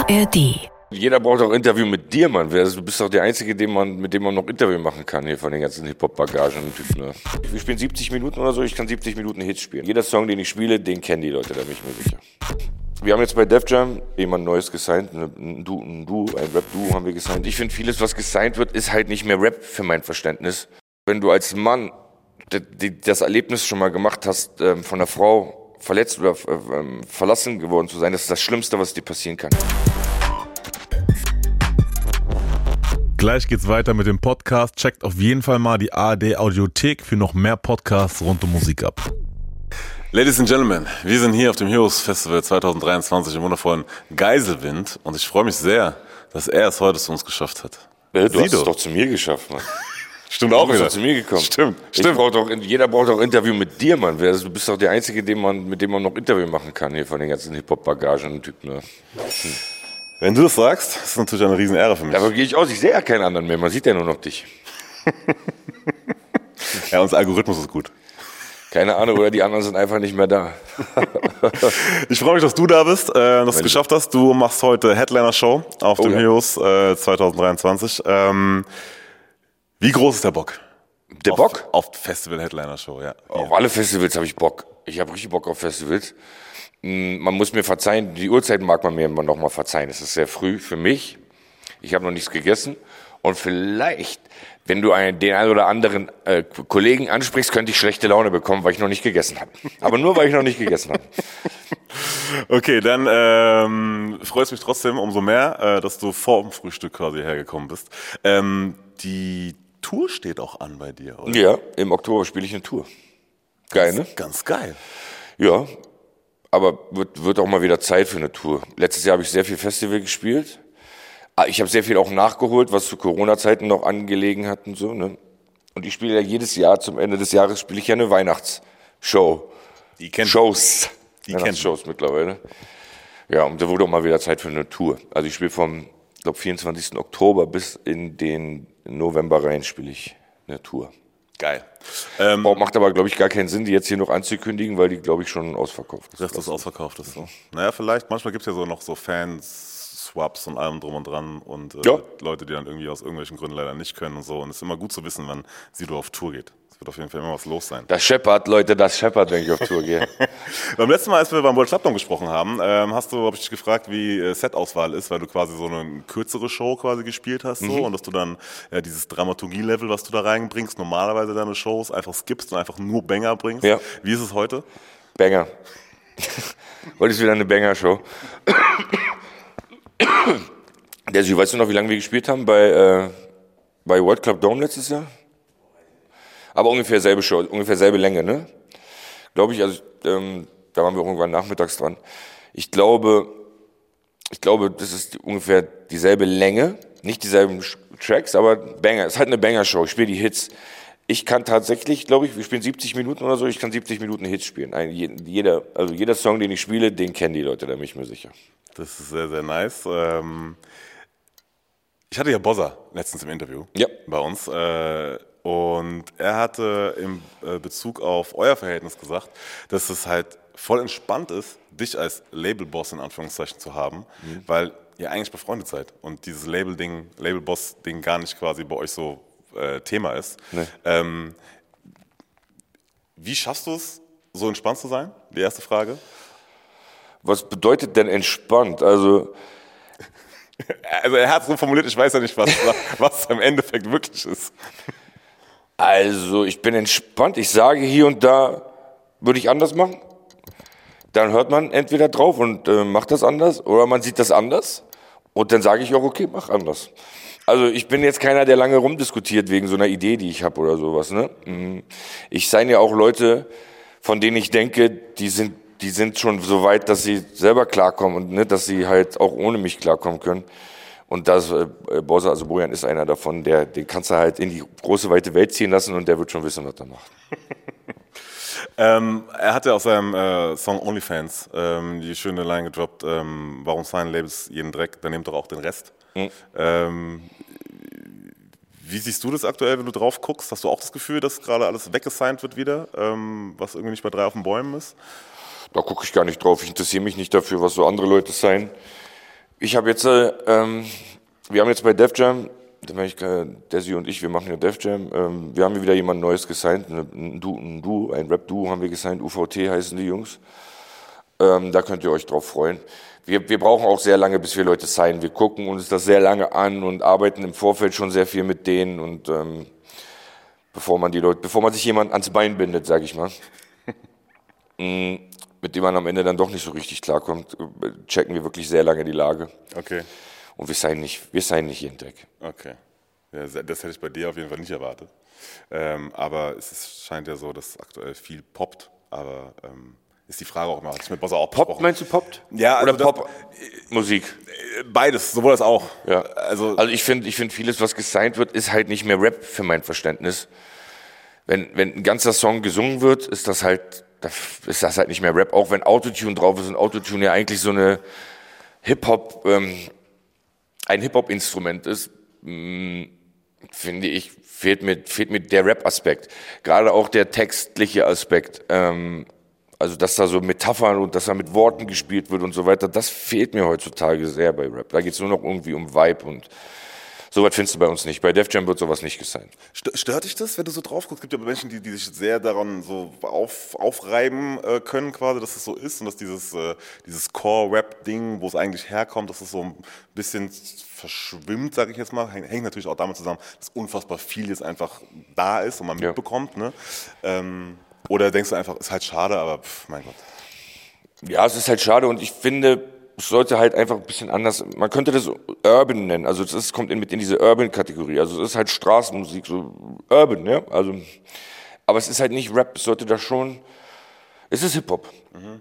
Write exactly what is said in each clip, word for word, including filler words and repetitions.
A R D. Jeder braucht auch ein Interview mit dir, Mann. Du bist doch der Einzige, den man, mit dem man noch Interview machen kann hier von den ganzen Hip-Hop-Bagagen-Typen. Ne? Wir spielen siebzig Minuten oder so, ich kann siebzig Minuten Hits spielen. Jeder Song, den ich spiele, den kennen die Leute, da bin ich mir sicher. Wir haben jetzt bei Def Jam jemand Neues gesigned, ein Duo, ein, Duo, ein Rap-Duo haben wir gesigned. Ich finde, vieles, was gesigned wird, ist halt nicht mehr Rap für mein Verständnis. Wenn du als Mann das Erlebnis schon mal gemacht hast, von einer Frau verletzt oder verlassen geworden zu sein, das ist das Schlimmste, was dir passieren kann. Gleich geht's weiter mit dem Podcast. Checkt auf jeden Fall mal die A R D Audiothek für noch mehr Podcasts rund um Musik ab. Ladies and Gentlemen, wir sind hier auf dem Heroes Festival zwanzig dreiundzwanzig im wundervollen Geiselwind und ich freue mich sehr, dass er es heute zu uns geschafft hat. Ja, du Sido. hast es doch zu mir geschafft, Mann. Stimmt auch du bist wieder. doch zu mir gekommen. Stimmt, ich stimmt. Brauch doch, jeder braucht auch ein Interview mit dir, Mann. Du bist doch der Einzige, den man, mit dem man noch Interview machen kann hier von den ganzen Hip-Hop-Bagagen-Typen. Ne? Hm. Wenn du das sagst, ist das natürlich eine riesen Ehre für mich. Aber gehe ich aus, ich sehe ja keinen anderen mehr, man sieht ja nur noch dich. Ja, unser Algorithmus ist gut. Keine Ahnung, oder die anderen sind einfach nicht mehr da. Ich freue mich, dass du da bist, äh, dass du es geschafft hast. Du machst heute Headliner-Show auf Oh dem ja. Heroes äh, zwanzig dreiundzwanzig. Ähm, wie groß ist der Bock? Der auf, Bock? Auf Festival-Headliner-Show, ja. Auf alle Festivals habe ich Bock. Ich habe richtig Bock auf Festivals. Man muss mir verzeihen, die Uhrzeit mag man mir immer noch mal verzeihen. Es ist sehr früh für mich. Ich habe noch nichts gegessen. Und vielleicht, wenn du einen, den einen oder anderen äh, Kollegen ansprichst, könnte ich schlechte Laune bekommen, weil ich noch nicht gegessen habe. Aber nur, weil ich noch nicht gegessen habe. Okay, dann ähm, freut es mich trotzdem umso mehr, äh, dass du vor dem Frühstück quasi hergekommen bist. Ähm, die Tour steht auch an bei dir, oder? Ja, im Oktober spiele ich eine Tour. Geil, ne? Ganz geil. Ja, aber wird, wird auch mal wieder Zeit für eine Tour. Letztes Jahr habe ich sehr viel Festival gespielt. Ich habe sehr viel auch nachgeholt, was zu Corona-Zeiten noch angelegen hat und so. Ne? Und ich spiele ja jedes Jahr, zum Ende des Jahres spiele ich ja eine Weihnachtsshow. Die kennt Shows. Die Weihnachtsshows mittlerweile. Ja, und da wurde auch mal wieder Zeit für eine Tour. Also ich spiele vom, ich glaube, vierundzwanzigsten Oktober bis in den November rein spiele ich eine Tour. Geil. Ähm, Oh, macht aber, glaube ich, gar keinen Sinn, die jetzt hier noch anzukündigen, weil die, glaube ich, schon ausverkauft ist. dass das ausverkauft ist. So. Naja, vielleicht, manchmal gibt es ja so noch so Fans-Swaps und allem drum und dran und äh, Ja. Leute, die dann irgendwie aus irgendwelchen Gründen leider nicht können und so. Und es ist immer gut zu wissen, wann Sido auf Tour geht. Es wird auf jeden Fall immer was los sein. Das scheppert, Leute, das scheppert, wenn ich auf Tour gehe. Beim letzten Mal, als wir beim World Shutdown gesprochen haben, ähm, hast du, habe ich dich gefragt, wie äh, Setauswahl ist, weil du quasi so eine kürzere Show quasi gespielt hast, so, Mhm. und dass du dann äh, dieses Dramaturgie-Level, was du da reinbringst, normalerweise deine Shows einfach skippst und einfach nur Banger bringst. Ja. Wie ist es heute? Banger. Heute ist wieder eine Banger-Show. Desi, weißt du noch, wie lange wir gespielt haben bei, äh, bei World Club Dome letztes Jahr? Aber ungefähr selbe Show, ungefähr selbe Länge, ne? Glaube ich, also ähm, da waren wir irgendwann nachmittags dran. Ich glaube, ich glaube, das ist ungefähr dieselbe Länge, nicht dieselben Sch- Tracks, aber Banger. Es ist halt eine Banger-Show. Ich spiele die Hits. Ich kann tatsächlich, glaube ich, wir spielen siebzig Minuten oder so. Ich kann siebzig Minuten Hits spielen. Ein, jeder, also jeder Song, den ich spiele, den kennen die Leute, da bin ich mir sicher. Das ist sehr, sehr nice. Ähm, ich hatte ja Bozza letztens im Interview Ja. bei uns. Äh, und er hatte im äh, Bezug auf euer Verhältnis gesagt, dass es halt voll entspannt ist, dich als Labelboss in Anführungszeichen zu haben, Mhm. weil ihr eigentlich befreundet seid und dieses Label-Ding, Labelboss-Ding gar nicht quasi bei euch so äh, Thema ist. Nee. Ähm, wie schaffst du es, so entspannt zu sein? Die erste Frage. Was bedeutet denn entspannt? Also, Also er hat es so formuliert, ich weiß ja nicht, was, was es im Endeffekt wirklich ist. also ich bin entspannt. Ich sage hier und da, würde ich anders machen. Dann hört man entweder drauf und äh, macht das anders oder man sieht das anders und dann sage ich auch, okay, mach anders. Also ich bin jetzt keiner, der lange rumdiskutiert wegen so einer Idee, die ich habe oder sowas. Ne? Mhm. Ich seien ja auch Leute, von denen ich denke, die sind, die sind schon so weit, dass sie selber klarkommen und ne, dass sie halt auch ohne mich klarkommen können. Und das, äh, Bozza, also Bojan ist einer davon, der, den kannst du halt in die große, weite Welt ziehen lassen und der wird schon wissen, was er macht. Ähm, er hat ja aus seinem äh, Song OnlyFans ähm, die schöne Line gedroppt, ähm, warum signen Labels jeden Dreck, dann nehmt doch auch den Rest. Mhm. Ähm, wie siehst du das aktuell, wenn du drauf guckst? Hast du auch das Gefühl, dass gerade alles weggesigned wird wieder, ähm, was irgendwie nicht bei drei auf den Bäumen ist? Da gucke ich gar nicht drauf. Ich interessiere mich nicht dafür, was so andere Leute sein. Ich habe jetzt, äh, ähm, wir haben jetzt bei Def Jam, Desi und ich, wir machen ja Def Jam, ähm, wir haben hier wieder jemand Neues gesigned, ein Duo, ein, Duo, ein Rap-Duo haben wir gesigned, U V T heißen die Jungs. Ähm, da könnt ihr euch drauf freuen. Wir, wir brauchen auch sehr lange, bis wir Leute signen. Wir gucken uns das sehr lange an und arbeiten im Vorfeld schon sehr viel mit denen und ähm, bevor man die Leute, bevor man sich jemand ans Bein bindet, sag ich mal, mh, mit dem man am Ende dann doch nicht so richtig klarkommt, checken wir wirklich sehr lange die Lage. Okay. Und wir signen nicht, wir signen nicht jeden Tag. Okay. Ja, das hätte ich bei dir auf jeden Fall nicht erwartet. Ähm, aber es ist, scheint ja so, dass aktuell viel poppt. Aber ähm, ist die Frage auch immer, hatte ich mit Bossa auch Pop, besprochen. meinst du poppt? Ja, also oder Pop-Musik? Beides, sowohl als auch. Ja. Also, also ich finde, ich finde vieles, was gesigned wird, ist halt nicht mehr Rap für mein Verständnis. Wenn, wenn ein ganzer Song gesungen wird, ist das halt, ist das halt nicht mehr Rap. Auch wenn Autotune drauf ist und Autotune ja eigentlich so eine Hip-Hop, ähm, ein Hip-Hop-Instrument ist, mh, finde ich, fehlt mir, fehlt mir der Rap-Aspekt. Gerade auch der textliche Aspekt. Ähm, also, dass da so Metaphern und dass da mit Worten gespielt wird und so weiter, das fehlt mir heutzutage sehr bei Rap. Da geht es nur noch irgendwie um Vibe und sowas findest du bei uns nicht. Bei Def Jam wird sowas nicht gesigned. Stört dich das, wenn du so drauf guckst? Es gibt ja Menschen, die, die sich sehr daran so auf, aufreiben äh, können, quasi, dass es so ist und dass dieses, äh, dieses Core-Rap-Ding, wo es eigentlich herkommt, dass es so ein bisschen verschwimmt, sage ich jetzt mal, hängt, hängt natürlich auch damit zusammen, dass unfassbar viel jetzt einfach da ist und man Ja. mitbekommt. Ne? Ähm, oder denkst du einfach, ist halt schade, aber pff, mein Gott. Ja, es ist halt schade und ich finde, es sollte halt einfach ein bisschen anders, man könnte das Urban nennen, also es ist, kommt in, mit in diese Urban-Kategorie, also es ist halt Straßenmusik, so Urban, ja, also, aber es ist halt nicht Rap, es sollte da schon, es ist Hip-Hop. Mhm.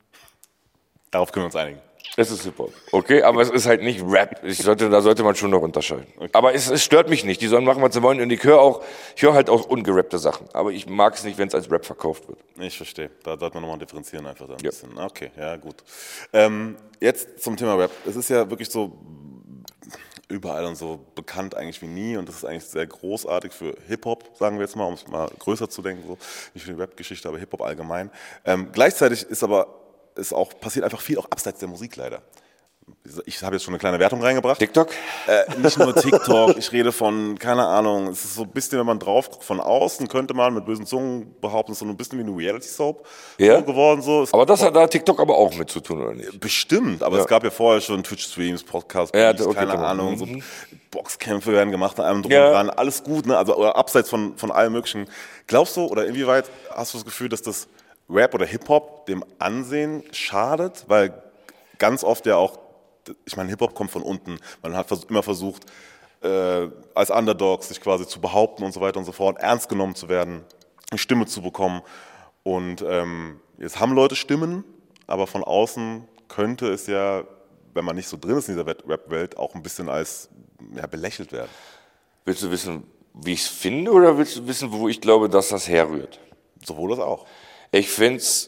Darauf können wir uns einigen. Es ist Hip-Hop, okay, aber es ist halt nicht Rap, ich sollte, da sollte man schon noch unterscheiden. Okay. Aber es, es stört mich nicht, die sollen machen, was sie wollen und ich höre auch, ich höre halt auch ungerappte Sachen, aber ich mag es nicht, wenn es als Rap verkauft wird. Ich verstehe, da sollte man nochmal differenzieren einfach da ein Ja. bisschen. Okay, ja gut. Ähm, jetzt zum Thema Rap. Es ist ja wirklich so überall und so bekannt eigentlich wie nie und das ist eigentlich sehr großartig für Hip-Hop, sagen wir jetzt mal, um es mal größer zu denken, so nicht für die Rap-Geschichte, aber Hip-Hop allgemein. Ähm, gleichzeitig ist aber ist auch, passiert einfach viel auch abseits der Musik leider. Ich habe jetzt schon eine kleine Wertung reingebracht. TikTok? Äh, nicht nur TikTok, ich rede von, keine Ahnung, es ist so ein bisschen, wenn man drauf guckt, von außen könnte man mit bösen Zungen behaupten, es ist so ein bisschen wie eine Reality-Soap Ja. so geworden. So. Es Aber das hat da TikTok aber auch mit zu tun, oder nicht? Bestimmt, aber Ja. es gab ja vorher schon Twitch-Streams, Podcasts, Ja, Beats, okay, keine genau. Ahnung, so Mhm. Boxkämpfe werden gemacht an einem drum Ja. und dran, alles gut, ne? Also oder abseits von, von allem Möglichen. Glaubst du oder inwieweit hast du das Gefühl, dass das Rap oder Hip-Hop dem Ansehen schadet? Weil ganz oft ja auch, ich meine, Hip-Hop kommt von unten, man hat vers- immer versucht, äh, als Underdog sich quasi zu behaupten und so weiter und so fort, ernst genommen zu werden, eine Stimme zu bekommen. Und ähm, jetzt haben Leute Stimmen, aber von außen könnte es ja, wenn man nicht so drin ist in dieser Rap-Welt, auch ein bisschen als ja, belächelt werden. Willst du wissen, wie ich es finde, oder willst du wissen, wo ich glaube, dass das herrührt? Sowohl das auch. Ich finde es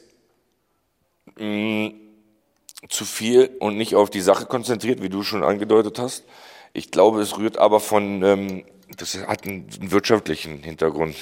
zu viel und nicht auf die Sache konzentriert, wie du schon angedeutet hast. Ich glaube, es rührt aber von, ähm, das hat einen, einen wirtschaftlichen Hintergrund.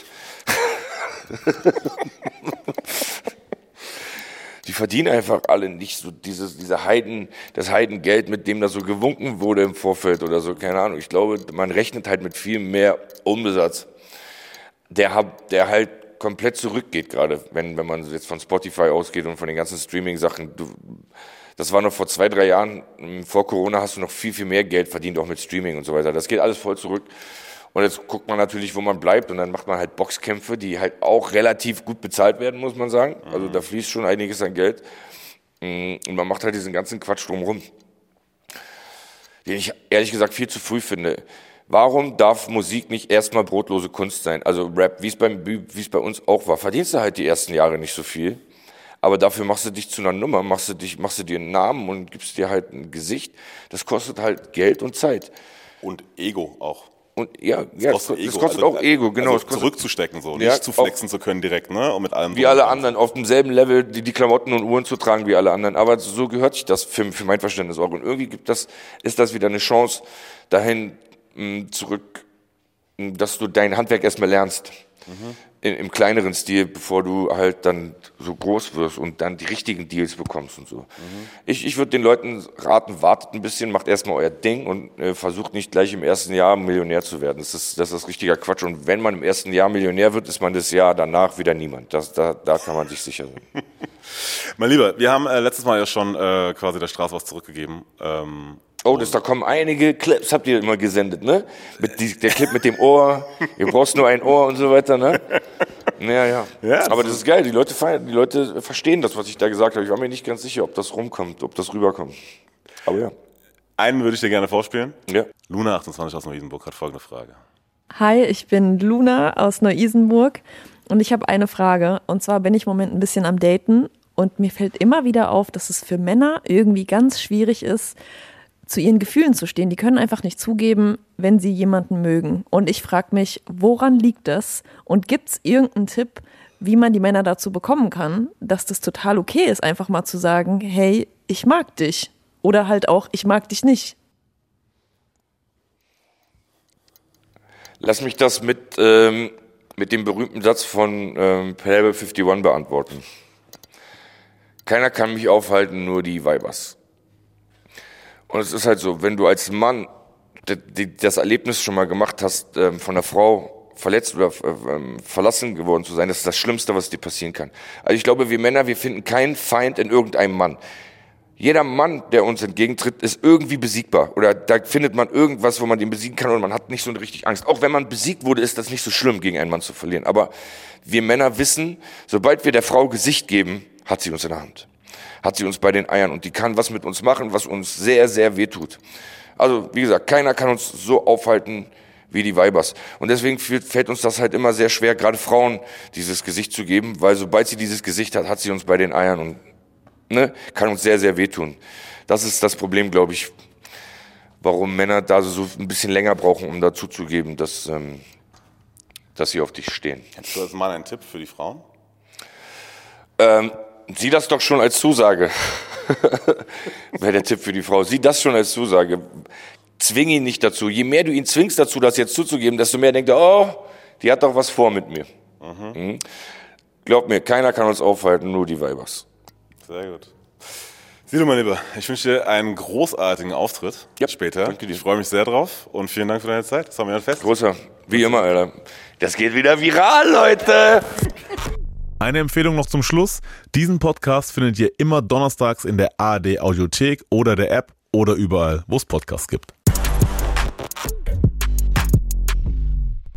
Die verdienen einfach alle nicht so dieses, diese Heiden, das Heidengeld, mit dem da so gewunken wurde im Vorfeld oder so, keine Ahnung. Ich glaube, man rechnet halt mit viel mehr Umsatz, der, hab, der halt komplett zurückgeht, gerade wenn, wenn man jetzt von Spotify ausgeht und von den ganzen Streaming-Sachen. Du, das war noch vor zwei, drei Jahren, vor Corona hast du noch viel, viel mehr Geld verdient, auch mit Streaming und so weiter. Das geht alles voll zurück. Und jetzt guckt man natürlich, wo man bleibt und dann macht man halt Boxkämpfe, die halt auch relativ gut bezahlt werden, muss man sagen. Also da fließt schon einiges an Geld. Und man macht halt diesen ganzen Quatsch drumherum, den ich ehrlich gesagt viel zu früh finde. Warum darf Musik nicht erstmal brotlose Kunst sein? Also Rap, wie es beim, wie es bei uns auch war. Verdienst du halt die ersten Jahre nicht so viel, aber dafür machst du dich zu einer Nummer, machst du dich, machst du dir einen Namen und gibst dir halt ein Gesicht. Das kostet halt Geld und Zeit. Und Ego auch. Und ja, ja, das kostet kostet, Ego. das kostet Also, auch Ego, genau. Also das kostet, zurückzustecken, so, Ja, nicht zu flexen zu können direkt, ne? Und mit allem. wie alle anderen, auf demselben Level die, die Klamotten und Uhren zu tragen wie alle anderen. Aber so gehört sich das für, für mein Verständnis auch. Und irgendwie gibt das, ist das wieder eine Chance, dahin mh, zurück, mh, dass du dein Handwerk erstmal lernst. Mhm. in, im kleineren Stil, bevor du halt dann so groß wirst und dann die richtigen Deals bekommst und so. Mhm. Ich, ich würde den Leuten raten, wartet ein bisschen, macht erstmal euer Ding und äh, versucht nicht gleich im ersten Jahr Millionär zu werden. Das ist, das ist richtiger Quatsch. Und wenn man im ersten Jahr Millionär wird, ist man das Jahr danach wieder niemand. Das, da, da kann man sich sicher sein. Mein Lieber, wir haben äh, letztes Mal ja schon äh, quasi der Straße was zurückgegeben. Ähm, oh, das, da kommen einige Clips, habt ihr immer gesendet, ne? Mit die, der Clip mit dem Ohr, ihr brauchst nur ein Ohr und so weiter, ne? Ja, ja. ja das Aber das ist geil, die Leute feiern, die Leute verstehen das, was ich da gesagt habe. Ich war mir nicht ganz sicher, ob das rumkommt, ob das rüberkommt. Aber ja. Einen würde ich dir gerne vorspielen. Ja. Luna achtundzwanzig aus Neu-Isenburg hat folgende Frage. Hi, ich bin Luna aus Neu-Isenburg und ich habe eine Frage. Und zwar bin ich im Moment ein bisschen am Daten und mir fällt immer wieder auf, dass es für Männer irgendwie ganz schwierig ist, zu ihren Gefühlen zu stehen. Die können einfach nicht zugeben, wenn sie jemanden mögen. Und ich frage mich, woran liegt das? Und gibt es irgendeinen Tipp, wie man die Männer dazu bekommen kann, dass das total okay ist, einfach mal zu sagen, hey, ich mag dich. Oder halt auch, ich mag dich nicht. Lass mich das mit, ähm, mit dem berühmten Satz von ähm, Playboy einundfünfzig beantworten. Keiner kann mich aufhalten, nur die Weibers. Und es ist halt so, wenn du als Mann das Erlebnis schon mal gemacht hast, von einer Frau verletzt oder verlassen geworden zu sein, das ist das Schlimmste, was dir passieren kann. Also ich glaube, wir Männer, wir finden keinen Feind in irgendeinem Mann. Jeder Mann, der uns entgegentritt, ist irgendwie besiegbar. Oder da findet man irgendwas, wo man den besiegen kann und man hat nicht so richtig Angst. Auch wenn man besiegt wurde, ist das nicht so schlimm, gegen einen Mann zu verlieren. Aber wir Männer wissen, sobald wir der Frau Gesicht geben, hat sie uns in der Hand. Hat sie uns bei den Eiern und die kann was mit uns machen, was uns sehr, sehr wehtut. Also, wie gesagt, keiner kann uns so aufhalten wie die Weibers. Und deswegen fällt uns das halt immer sehr schwer, gerade Frauen dieses Gesicht zu geben, weil sobald sie dieses Gesicht hat, hat sie uns bei den Eiern und ne, kann uns sehr, sehr wehtun. Das ist das Problem, glaube ich, warum Männer da so ein bisschen länger brauchen, um dazu zu geben, dass, ähm, dass sie auf dich stehen. Hättest du als Mann einen Tipp für die Frauen? Ähm, Sieh das doch schon als Zusage. Wäre der Tipp für die Frau. Sieh das schon als Zusage. Zwing ihn nicht dazu. Je mehr du ihn zwingst dazu, das jetzt zuzugeben, desto mehr denkt er, oh, die hat doch was vor mit mir. Mhm. Mhm. Glaub mir, keiner kann uns aufhalten, nur die Weibers. Sehr gut. Sido, mein Lieber, ich wünsche dir einen großartigen Auftritt ja, später. Danke dir. Ich freue mich sehr drauf und vielen Dank für deine Zeit. Das haben wir ja fest. Großer, wie immer, Alter. Das geht wieder viral, Leute. Eine Empfehlung noch zum Schluss. Diesen Podcast findet ihr immer donnerstags in der A R D Audiothek oder der App oder überall, wo es Podcasts gibt.